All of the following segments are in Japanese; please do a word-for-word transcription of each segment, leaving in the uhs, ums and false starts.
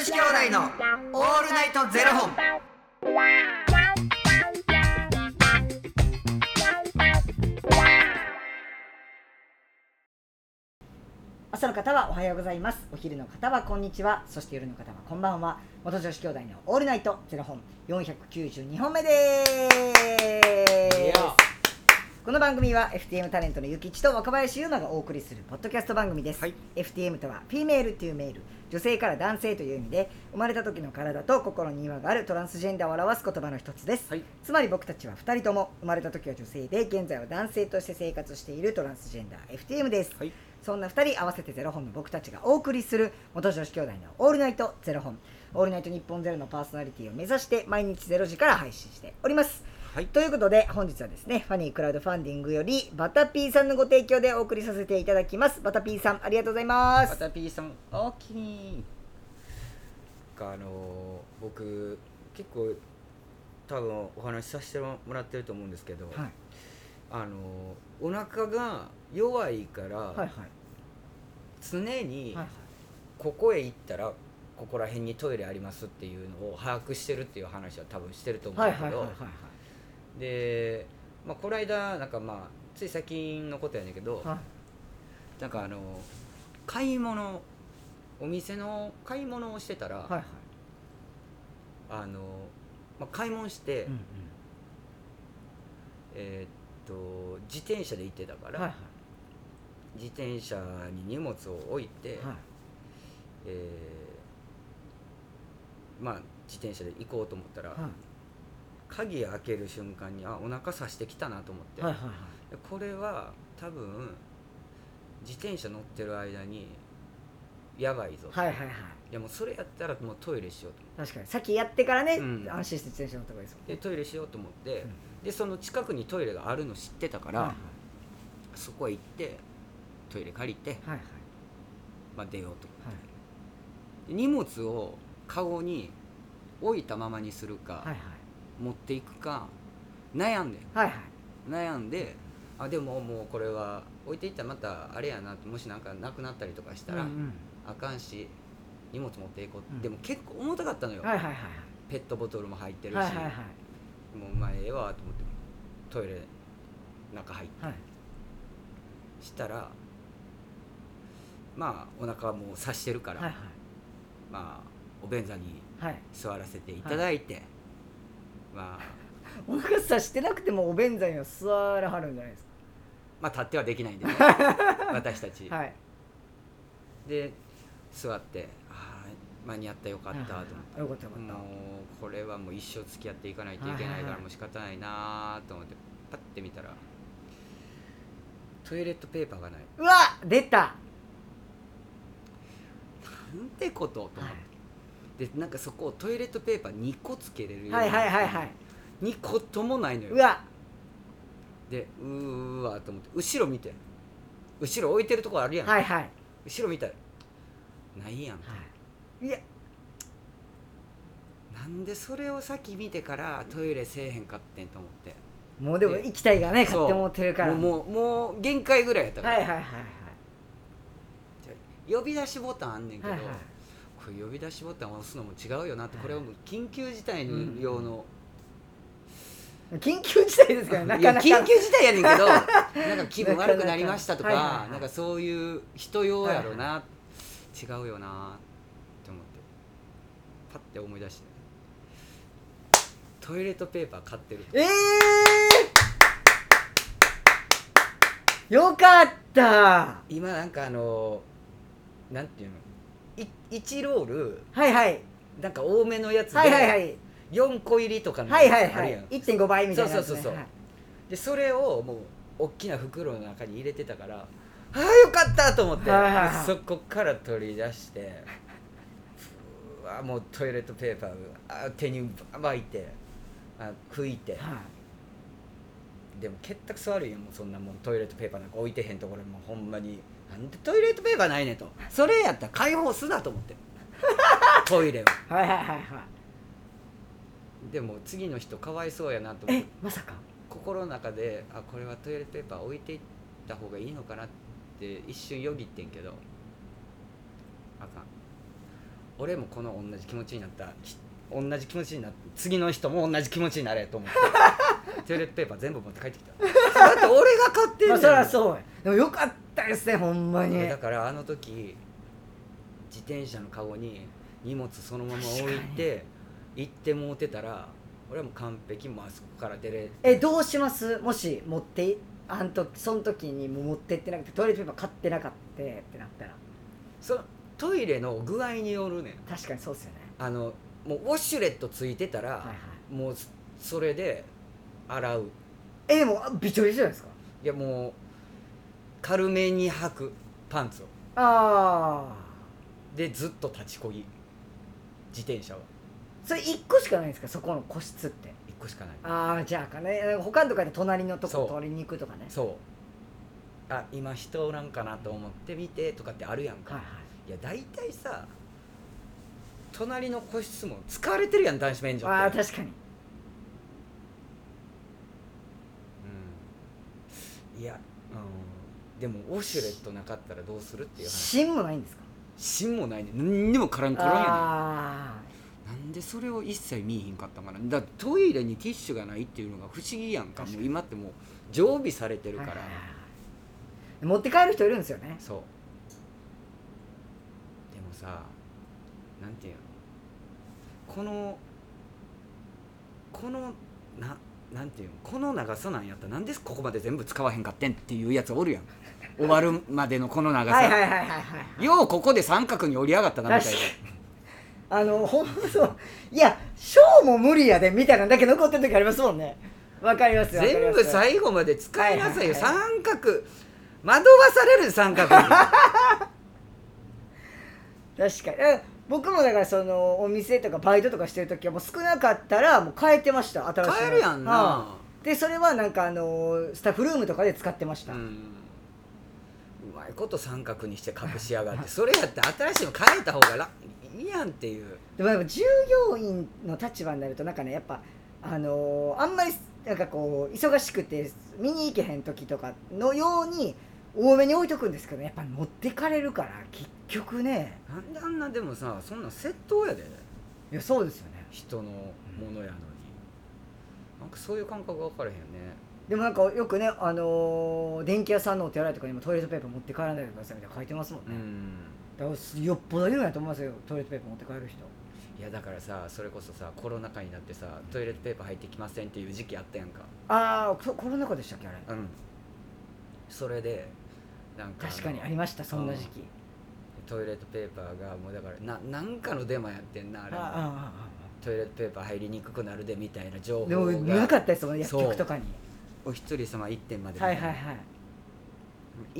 子兄弟のオールナイトゼロ本。 朝の方はおはようございます。お昼の方はこんにちは。そして夜の方はこんばんは。元女子兄弟のオールナイトゼロ本よんひゃくきゅうじゅうにほんめです。この番組は エフティーエム タレントのゆきちと若林優馬がお送りするポッドキャスト番組です、はい、エフティーエム とはフィメールというメール、女性から男性という意味で、生まれた時の体と心に違和があるトランスジェンダーを表す言葉の一つです、はい、つまり僕たちはふたりとも生まれた時は女性で現在は男性として生活しているトランスジェンダー エフティーエム です、はい、そんなふたり合わせてゼロ本の僕たちがお送りする元女子兄弟のオールナイトゼロ本、オールナイト日本ゼロのパーソナリティを目指して毎日ゼロじから配信しております、はい、ということで本日はですね、ファニークラウドファンディングよりバタピーさんのご提供でお送りさせていただきます。バタピーさんありがとうございます。 バタピーさん大きい。あのー、僕結構多分お話しさせてもらってると思うんですけど、はい、あのー、お腹が弱いから、はいはい、常にここへ行ったらここら辺にトイレありますっていうのを把握してるっていう話は多分してると思うんだけど、で、まあ、この間なんかまあつい最近のことやねんけど、はい、なんかあの買い物お店の買い物をしてたら、はいはい、あの、まあ、買い物して、うんうん、えー、っと自転車で行ってたから、はいはい、自転車に荷物を置いて、はい、えー、まあ自転車で行こうと思ったら、はい、鍵開ける瞬間にあお腹刺してきたなと思って、はいはいはい、これは多分自転車乗ってる間にやばいぞ、はいはいはい、いやもうそれやったらもうトイレしようと思って、 確かに先やってからね、うん、安心して自転車乗った方がいいですもんね。 でトイレしようと思って、うん、でその近くにトイレがあるの知ってたから、はいはい、そこへ行ってトイレ借りて、はいはい、まあ、出ようと思って、はい、荷物をカゴに置いたままにするか、はいはい、持っていくか悩んで、はいはい、悩んで、あでももうこれは置いていったらまたあれやな、もしなんかなくなったりとかしたら、うんうん、あかんし荷物持っていこう、うん、でも結構重たかったのよ、はいはいはい、ペットボトルも入ってるし、はいはいはい、もうまあええわと思ってトイレ中入って、はい、したらまあお腹もう刺してるから、はいはい、まあお便座に座らせていただいて、はいはい、まあお腹刺してなくてもお便座には座らはるんじゃないですか。 まあ立ってはできないんでね私たち、はい、で座ってあ間に合ったよかったと思って、 よかったよかった、 もうこれはもう一生付き合っていかないといけないからもう仕方ないなと思ってパッて見たらトイレットペーパーがない。 うわ出たなんてことと思って、はい、でなんかそこをトイレットペーパーにこつけれるように、 はいはいはいはい、 にこともないのよ。 うわでうーわと思って後ろ見て、後ろ置いてるとこあるやん、 はいはい、 後ろ見たらないやん、はい、いやなんでそれを先見てからトイレせえへんかってんと思って、 もうでも行きたいがね買って持ってるからもう、もう限界ぐらいやったから、 はいはいはいはい、 じゃ呼び出しボタンあんねんけど、はいはい、これ呼び出しボタン押すのも違うよなって、これはもう緊急事態用の、 うん、緊急事態ですからね、なかなかいや緊急事態やねんけどなんか気分悪くなりましたとか、はいはいはい、なんかそういう人用やろな、はいはい、違うよなって思ってパッて思い出して、トイレットペーパー買ってる。 えーよかった。 今なんかあのなんていうのいちロール、 はいはい、 なんか多めのやつで、 はいはいはい、 よんこ入りとかのはいはいはい、いってんごばいみたいなやつ、ね、 そうそうそうそう、はい、でそれをもう大きな袋の中に入れてたから、ああよかったと思って、はいはいはい、そこから取り出してうわもうトイレットペーパーあ手に巻いてあ拭いて、はい、でも結託悪いよ、もうそんなもんトイレットペーパーなんか置いてへんところもほんまになんでトイレットペーパーないねんと、それやったら開放すなと思ってトイレをはいはいはいはい、 でも次の人かわいそうやなと思って、 えまさか心の中であこれはトイレットペーパー置いていった方がいいのかなって一瞬よぎってんけど、あかん、 俺もこの同じ気持ちになった同じ気持ちになって次の人も同じ気持ちになれと思ってトイレットペーパー全部持って帰ってきただって俺が買ってんねん、 まあ、そりゃそうや。でもよかったですねほんまに。 だからあの時自転車のカゴに荷物そのまま置いて行ってもうてたら俺はもう完璧もうあそこから出れ。 えどうしますもし持ってあんとその時にもう持ってってなくてトイレットペーパー買ってなかったってなったら。 そトイレの具合によるねん。 確かにそうですよね。 あのもうウォシュレットついてたら、はいはい、もうそれで洗う。 えでもびちょびちょじゃないですか。 いやもう軽めに履くパンツをああでずっと立ちこぎ自転車は。 それいっこしかないんですかそこの個室って。 いっこしかない。あああじゃあかね他のとかで隣のとこ取りに行くとかね。 そうあ今人おらんかなと思って見てとかってあるやんか、はいはい、いや大体さ隣の個室も使われてるやん男子便所って。 ああ確かに。 うんいや、うん、でもウォシュレットなかったらどうするっていう話。 芯もないんですか。 芯もないね何にもカランコロンやねん。 あなんでそれを一切見えへんかったんかな。だからトイレにティッシュがないっていうのが不思議やんか。もう今ってもう常備されてるから、はいはいはい、 持って帰る人いるんですよね。 そうでもさなんていうのこのこのななんていうのこの長さなんやったらなんでここまで全部使わへんかってんっていうやつおるやん終わるまでのこの長さ。 はいはいはいはいはいようここで三角に折り上がったなみたいな。 あのほんまそういやショーも無理やでみたいなだけ残ってる時ありますもんね。わかりますよ。 全部最後まで使いなさいよ、はいはいはい、三角惑わされる三角に確かに僕もだからそのお店とかバイトとかしてる時はもう少なかったらもう変えてました。新しい変えるやんな、はあ、でそれはなんかあのスタッフルームとかで使ってました。うん、 うまいこと三角にして隠しやがってそれやって新しいの変えた方がいいやんっていう。 でも従業員の立場になるとなんかねやっぱあのー、あんまりなんかこう忙しくて見に行けへん時とかのように多めに置いとくんですけど、ね、やっぱ持ってかれるから結局ね。 なんであんなでもさそんな窃盗やで。 いやそうですよね人のものやのに、うん、なんかそういう感覚が分からへんよね。 でもなんかよくね、あのー、電気屋さんのお手洗いとかにもトイレットペーパー持って帰らないでくださいみたいな書いてますもんね。うん、だからよっぽどいるんやと思いますよトイレットペーパー持って帰る人。 いやだからさそれこそさコロナ禍になってさトイレットペーパー入ってきませんっていう時期あったやんか。 ああコロナ禍でしたっけあれ。 うんそれでなんか確かにありましたそんな時期。 トイレットペーパーがもうだからななんかのデマやってんなあれ。あああトイレットペーパー入りにくくなるでみたいな情報が。でもなかったですもん薬局とかに。 お一人様いってんまで。 はいはいはい。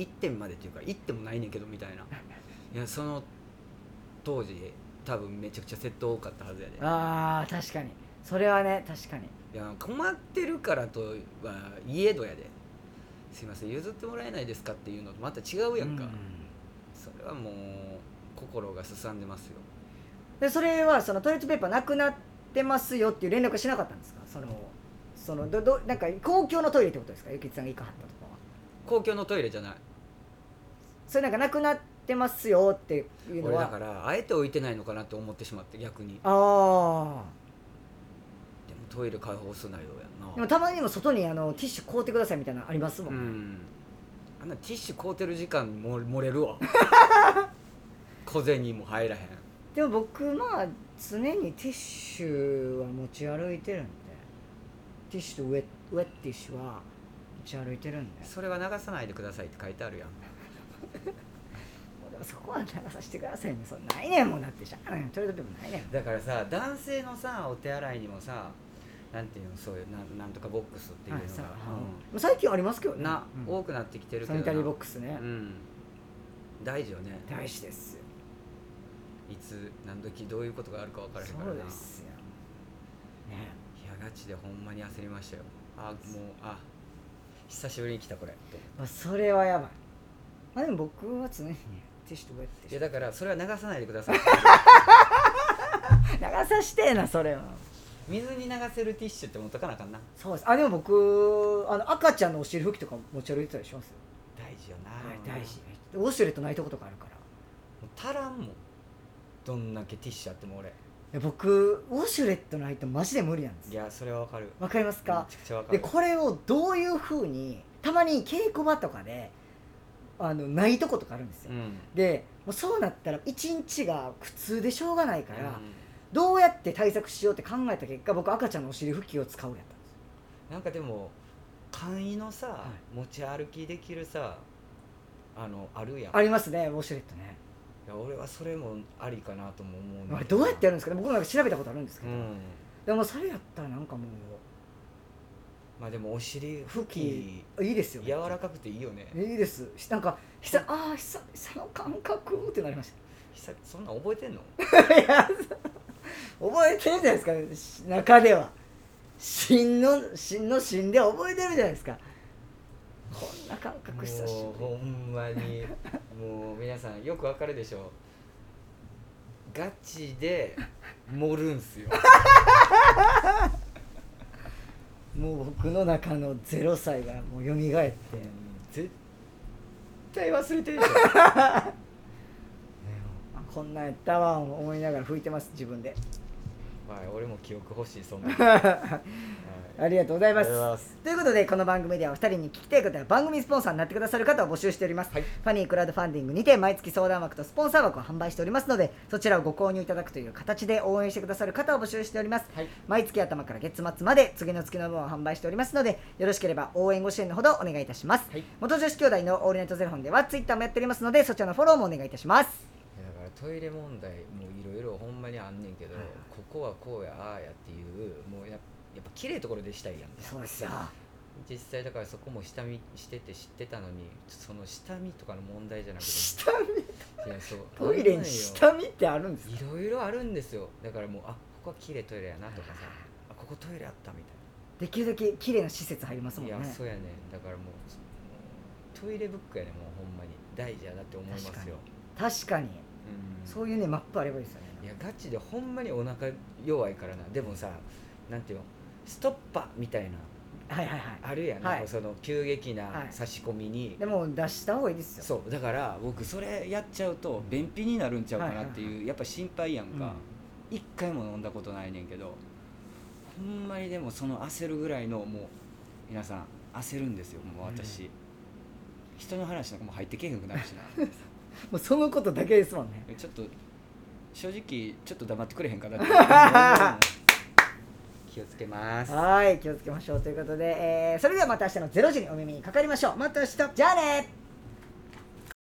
いってんまでっていうかいってもないねんけどみたいな。いやその当時多分めちゃくちゃ窃盗多かったはずやで。 ああ確かにそれはね確かに。 いや困ってるからとはいえどやで。すいません譲ってもらえないですかっていうのとまた違うやんか。うん、それはもう心がすさんでますよ。 でそれはそのトイレットペーパーなくなってますよっていう連絡しなかったんですか。そのそのどどなんか公共のトイレってことですか。ゆきつさんが行かはったとかは。 公共のトイレじゃない。 それなんかなくなってますよっていうのは。 俺だからあえて置いてないのかなと思ってしまって逆に。 ああ。 でもトイレ開放すなよやんな。 でもたまにも外にあのティッシュ買うてくださいみたいなのありますもんね。うん、 あんなティッシュ買うてる時間も漏れるわ小銭も入らへん。 でも僕まあ常にティッシュは持ち歩いてるんでティッシュとウェッウェッティッシュは持ち歩いてるんで。 それは流さないでくださいって書いてあるやんでもそこは流させてくださいね。そんないねんもんだってしゃあないトイレットペーパーないねん。 だからさ男性のさお手洗いにもさなんていうのそういう な, なんとかボックスっていうのが、 うん、最近ありますけどねな、うん、多くなってきてるけどサニタリーボックスね、 うん、大事よね。 大事ですよ。 いつ何時どういうことがあるか分からへんからな。 そうですよ、ね、 いやガチでほんまに焦りましたよ。あもうあ久しぶりに来たこれ、 まあ、それはやばい。まあでも僕は常にティッシュとウェッティッシュ。 いやだからそれは流さないでください流さしてえなそれは。 水に流せるティッシュって持っとかなあかんな。 そうです。あでも僕あの赤ちゃんのお尻拭きとか持ち歩いてたりしますよ。 大事よな、 はい、大事。ウォシュレットないとことかあるからもう足らんもんどんだけティッシュあっても俺。 いや僕ウォシュレットないとマジで無理なんです。 いやそれはわかる。 わかりますか。 めちゃくちゃわかでる。 これをどういうふうにたまに稽古場とかであのないとことかあるんですよ、 うん、 でもうそうなったら一日が苦痛でしょうがないから、 うん、 どうやって対策しようって考えた結果僕赤ちゃんのお尻拭きを使うやったんです。 なんかでも簡易のさ、 い持ち歩きできるさあのあるやん。 ありますねウォシュレットね。 いや俺はそれもありかなとも思うねんけあれどうやってやるんですかね。僕なんか調べたことあるんですけど、 うん、 でもそれやったらなんかもうまあでもお尻拭きいいですよね。 柔らかくていいよね。 いいです。なんか久ああ久々の感覚ってなりました。 久そんなん覚えてんの？ いや覚えてるじゃないですか中では。芯の芯の芯で覚えてるじゃないですか。こんな感覚久しぶり。 もうほんまにもう皆さんよくわかるでしょ。ガチで盛るんすよ。 もう僕の中のゼロさいがもう蘇って、うん、 絶対忘れてるでしょ。 こんなんやったわ思いながら拭いてます自分で。 はい、俺も記憶欲しいそんな、はい、 ありがとうございます。 ますということでこの番組ではふたりに聞きたいことや番組スポンサーになってくださる方を募集しております、はい、ファニークラウドファンディングにて毎月相談枠とスポンサー枠を販売しておりますのでそちらをご購入いただくという形で応援してくださる方を募集しております、はい、毎月頭から月末まで次の月の分を販売しておりますのでよろしければ応援ご支援のほどお願いいたします、はい、元女子兄弟のオールナイトゼロ本ではツイッターもやっておりますのでそちらのフォローもお願いいたします。 だからトイレ問題もいろいろほんまにあんねんけど、はい、ここはこうやああやっていうもうややっぱ綺麗なところでしたいやん。 そうですよ。 実際だからそこも下見してて知ってたのにその下見とかの問題じゃなくて下見いやそうトイレに下見ってあるんですか。 いろいろあるんですよ。だからもうあここは綺麗トイレやなとかさあここトイレあったみたいなできるだけ綺麗な施設入りますもんね。 いやそうやね。だからもうトイレブックやねもうほんまに大事やなって思いますよ。 確かに、うん、そういうねマップあればいいですよね。 いやガチでほんまにお腹弱いからな。でもさなんていうのストッパーみたいなはいはいはいあるやん、はい、その急激な差し込みに、はい、 でも出した方がいいですよ。 そうだから僕それやっちゃうと便秘になるんちゃうかなっていう、はいはいはい、やっぱ心配やんか、うん、一回も飲んだことないねんけどほんまにでもその焦るぐらいのもう皆さん焦るんですよもう私、うん、人の話なんかもう入ってけへんくなるしなもうそのことだけですもんね。 ちょっと正直ちょっと黙ってくれへんかなって気をつけます。 はい気をつけましょうということで、えー、それではまた明日のゼロじにお耳にかかりましょう。 また明日。 じゃあね。